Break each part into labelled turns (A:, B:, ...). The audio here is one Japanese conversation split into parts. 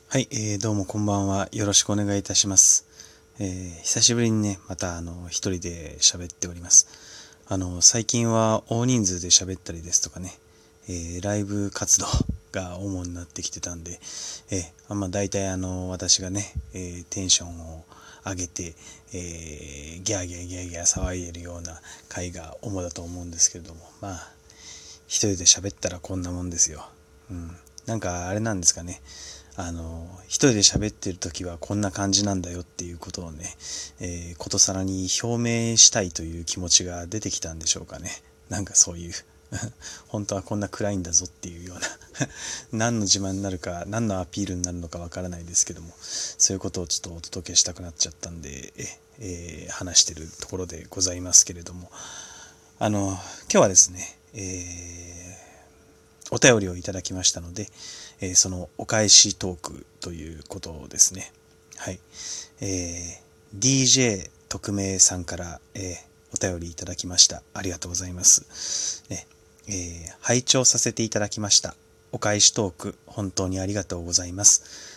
A: はい、どうもこんばんは。よろしくお願いいたします。久しぶりにね、また一人で喋っております。最近は大人数で喋ったりですとかね、ライブ活動が主になってきてたんで、大体私がね、テンションを上げて、ギャーギャーギャーギャー騒いでるような回が主だと思うんですけれども、一人で喋ったらこんなもんですよ。なんかあれなんですかね。一人で喋ってる時はこんな感じなんだよっていうことをね、ことさらに表明したいという気持ちが出てきたんでしょうかね。なんかそういう本当はこんな暗いんだぞっていうような何の自慢になるか何のアピールになるのかわからないですけども、そういうことをちょっとお届けしたくなっちゃったんで、話してるところでございますけれども、今日はですね、お便りをいただきましたので、そのお返しトークということですね。はい。DJ 特命さんから、お便りいただきました。ありがとうございます。ね拝聴させていただきました。お返しトーク、本当にありがとうございます。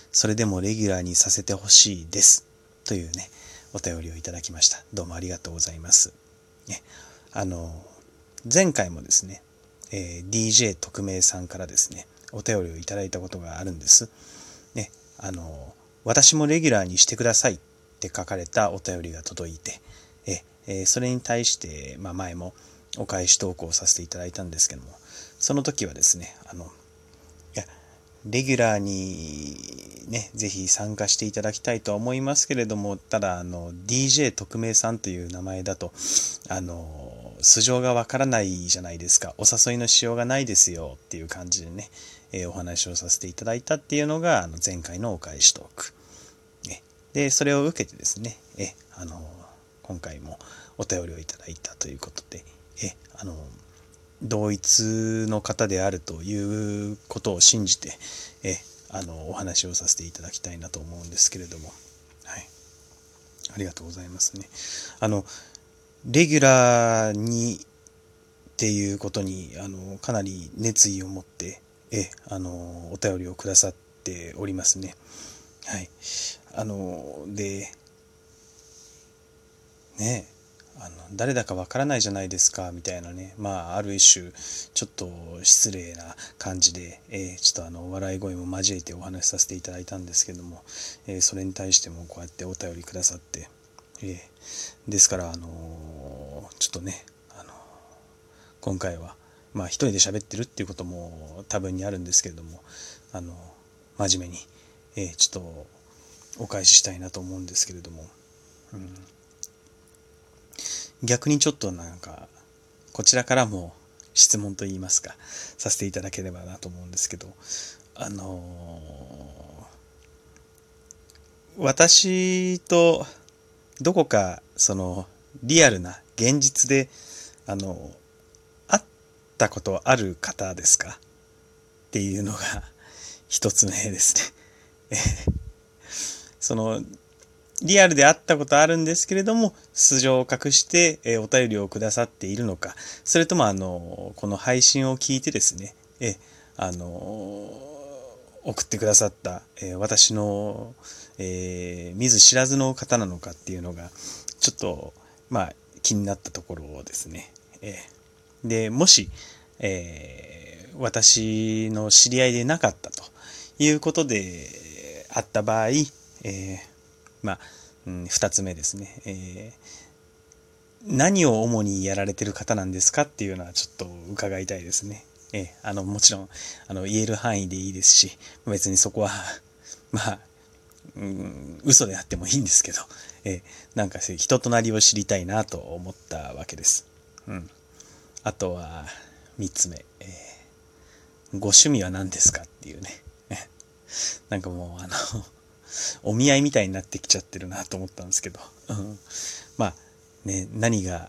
A: それでもレギュラーにさせてほしいです。というね、お便りをいただきました。どうもありがとうございます。ね、前回もですね、DJ 特命さんからですね、お便りをいただいたことがあるんです。ね、私もレギュラーにしてくださいって書かれたお便りが届いて、それに対して、前もお返し投稿させていただいたんですけども、その時はですね、いや、レギュラーにね、ぜひ参加していただきたいとは思いますけれども、ただ、DJ 特命さんという名前だと、素性がわからないじゃないですか。お誘いのしようがないですよっていう感じでね、お話をさせていただいたっていうのが、前回のお返しトーク。で、それを受けてですね、今回もお便りをいただいたということで、同一の方であるということを信じて、お話をさせていただきたいなと思うんですけれども、はい。ありがとうございますね。レギュラーにっていうことに、かなり熱意を持って、お便りをくださっておりますね。はい。で、ね誰だかわからないじゃないですかみたいなね、ある一種ちょっと失礼な感じで、ちょっと笑い声も交えてお話しさせていただいたんですけども、それに対してもこうやってお便りくださって、ですからちょっとね、今回は一人で喋ってるっていうことも多分にあるんですけれども、真面目に、ちょっとお返ししたいなと思うんですけれども、逆にちょっとなんかこちらからも質問といいますかさせていただければなと思うんですけど、あの私とどこかそのリアルな現実であの会ったことある方ですかっていうのが一つ目ですね。そのリアルで会ったことあるんですけれども、素性を隠して、お便りをくださっているのか、それともこの配信を聞いてですね、あの送ってくださった、私の、見ず知らずの方なのかっていうのが、ちょっと、気になったところですね。で、もし、私の知り合いでなかったということであった場合、二つ目ですね、何を主にやられてる方なんですかっていうのはちょっと伺いたいですね。もちろん、言える範囲でいいですし、別にそこはまあ、嘘であってもいいんですけど、なんか人となりを知りたいなと思ったわけです。あとは、三つ目、ご趣味は何ですかっていうね。なんかもう、お見合いみたいになってきちゃってるなと思ったんですけど、何が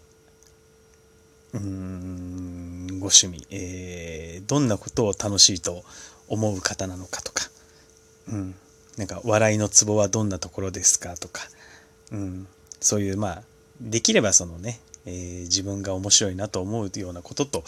A: ご趣味、どんなことを楽しいと思う方なのかとか、なんか笑いのツボはどんなところですかとか、そういうできればそのね、自分が面白いなと思うようなことと、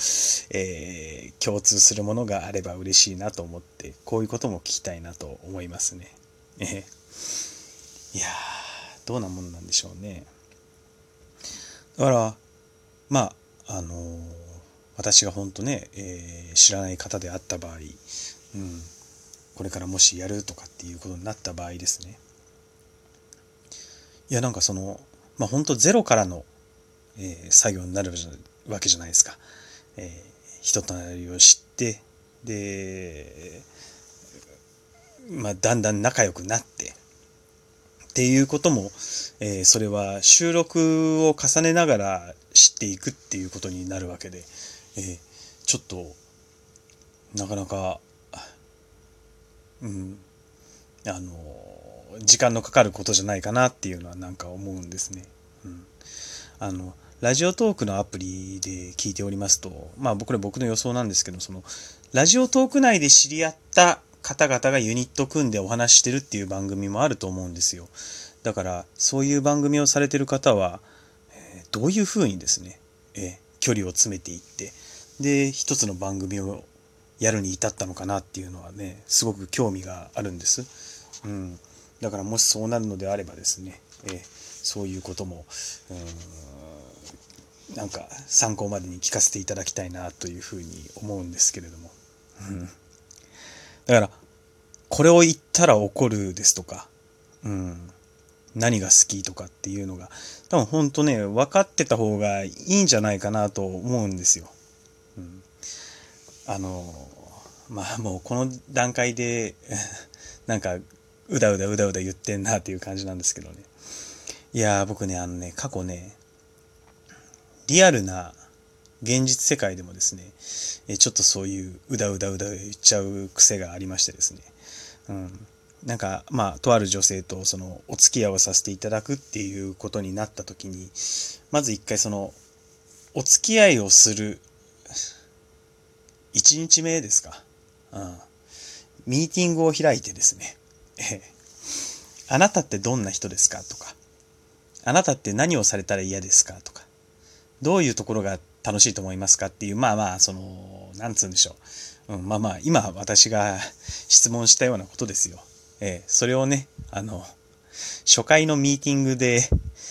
A: 共通するものがあれば嬉しいなと思って、こういうことも聞きたいなと思いますね。 いやー、どうなもんなんでしょうね。だからまあ私が本当ね、知らない方であった場合、これからもしやるとかっていうことになった場合ですね。いや、なんか本当ゼロからの、作業になるわけじゃないですか。人となりを知って、で、だんだん仲良くなってっていうことも、それは収録を重ねながら知っていくっていうことになるわけで、ちょっとなかなか、時間のかかることじゃないかなっていうのはなんか思うんですね。ラジオトークのアプリで聞いておりますと、僕の予想なんですけど、ラジオトーク内で知り合った方々がユニット組んでお話ししてるっていう番組もあると思うんですよ。だからそういう番組をされてる方は、どういうふうにですね、距離を詰めていってで一つの番組をやるに至ったのかなっていうのはね、すごく興味があるんです。だからもしそうなるのであればですね、そういうこともなんか参考までに聞かせていただきたいなというふうに思うんですけれども、だからこれを言ったら怒るですとか、何が好きとかっていうのが多分本当ね、分かってた方がいいんじゃないかなと思うんですよ。もうこの段階でなんかうだうだ言ってんなっていう感じなんですけどね。いやー、僕ね、過去ね、リアルな現実世界でもですね、ちょっとそういううだうだ言っちゃう癖がありましてですね。なんかとある女性とお付き合いをさせていただくっていうことになった時に、まず一回お付き合いをする1日目ですか、ミーティングを開いてですね、あなたってどんな人ですかとか、あなたって何をされたら嫌ですかとか、どういうところが楽しいと思いますかっていう、なんつうんでしょう。今私が質問したようなことですよ。それをね、初回のミーティングで、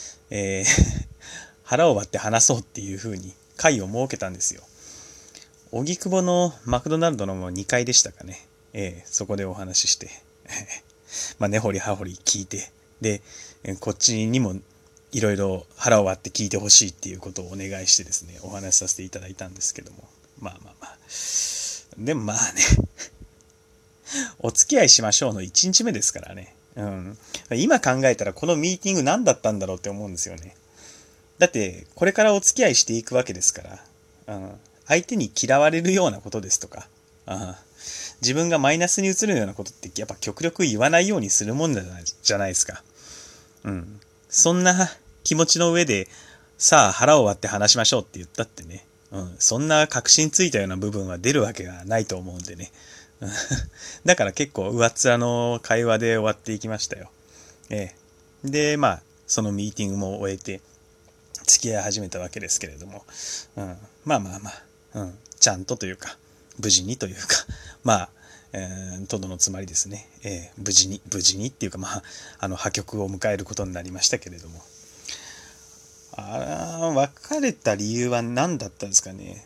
A: 腹を割って話そうっていう風に会を設けたんですよ。荻窪のマクドナルドの2階でしたかね。そこでお話しして、根掘り葉掘り聞いて、で、こっちにもいろいろ腹を割って聞いてほしいっていうことをお願いしてですね、お話しさせていただいたんですけども。でもね、お付き合いしましょうの1日目ですからね。今考えたらこのミーティング何だったんだろうって思うんですよね。だって、これからお付き合いしていくわけですから、相手に嫌われるようなことですとか、自分がマイナスに映るようなことってやっぱ極力言わないようにするもんじゃないですか。そんな気持ちの上で、さあ腹を割って話しましょうって言ったってね、そんな確信ついたような部分は出るわけがないと思うんでね。だから結構上っ面の会話で終わっていきましたよ。で、そのミーティングも終えて、付き合い始めたわけですけれども、ちゃんとというか、無事にというか、とどのつまりですね、無事にっていうか、破局を迎えることになりましたけれども、別れた理由は何だったんですかね。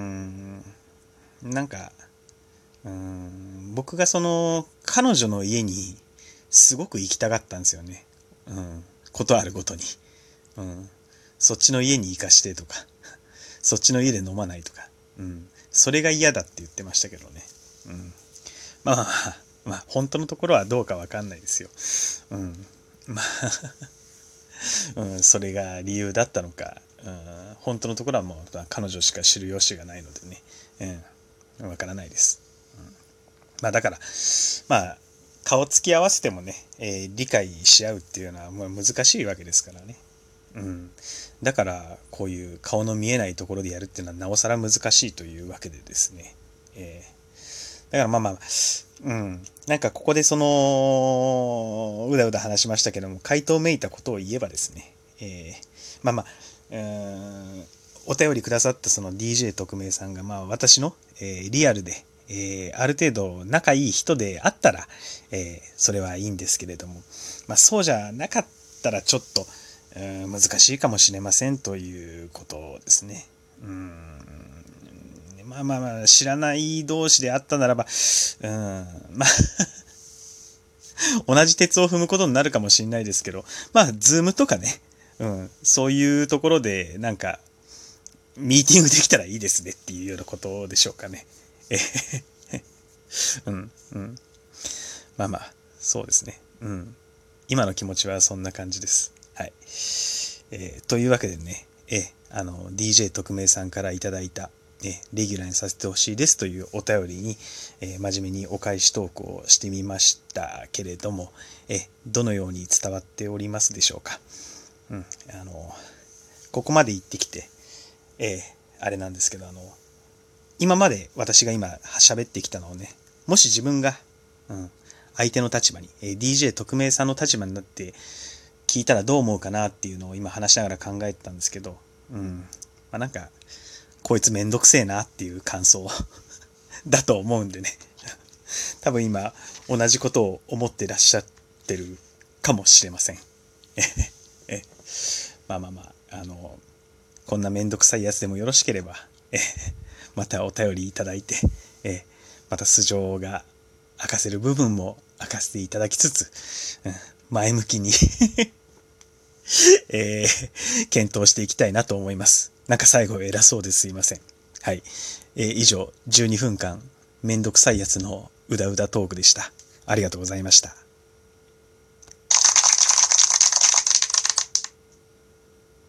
A: 僕が彼女の家にすごく行きたがったんですよね。ことあるごとに。そっちの家に行かしてとか、そっちの家で飲まないとか、それが嫌だって言ってましたけどね。本当のところはどうかわかんないですよ。それが理由だったのか、本当のところはもう彼女しか知る由がないのでね、わからないです。だから顔つき合わせてもね、理解し合うっていうのは難しいわけですからね。だからこういう顔の見えないところでやるっていうのはなおさら難しいというわけでですね。だからなんかここでうだうだ話しましたけども、回答めいたことを言えばですね、お便りくださったDJ 特命さんが私の、リアルで、 ある程度仲いい人であったら、それはいいんですけれども、そうじゃなかったらちょっと、難しいかもしれませんということですね。知らない同士であったならば、同じ鉄を踏むことになるかもしれないですけど、ズームとかね、そういうところで、ミーティングできたらいいですねっていうようなことでしょうかね。そうですね。今の気持ちはそんな感じです。はい。というわけでね、DJ 特命さんからいただいた、レギュラーにさせてほしいですというお便りに、真面目にお返しトークをしてみましたけれども、どのように伝わっておりますでしょうか。ここまで行ってきて、あれなんですけど、今まで私が今喋ってきたのをね、もし自分が、相手の立場に、DJ 特命さんの立場になって聞いたらどう思うかなっていうのを今話しながら考えてたんですけど、こいつめんどくせえなっていう感想だと思うんでね。多分今同じことを思ってらっしゃってるかもしれません。こんなめんどくさいやつでもよろしければ、またお便りいただいて、また素性が明かせる部分も明かせていただきつつ、前向きに検討していきたいなと思います。最後偉そうですいません。はい。以上、12分間、めんどくさいやつのうだうだトークでした。ありがとうございました。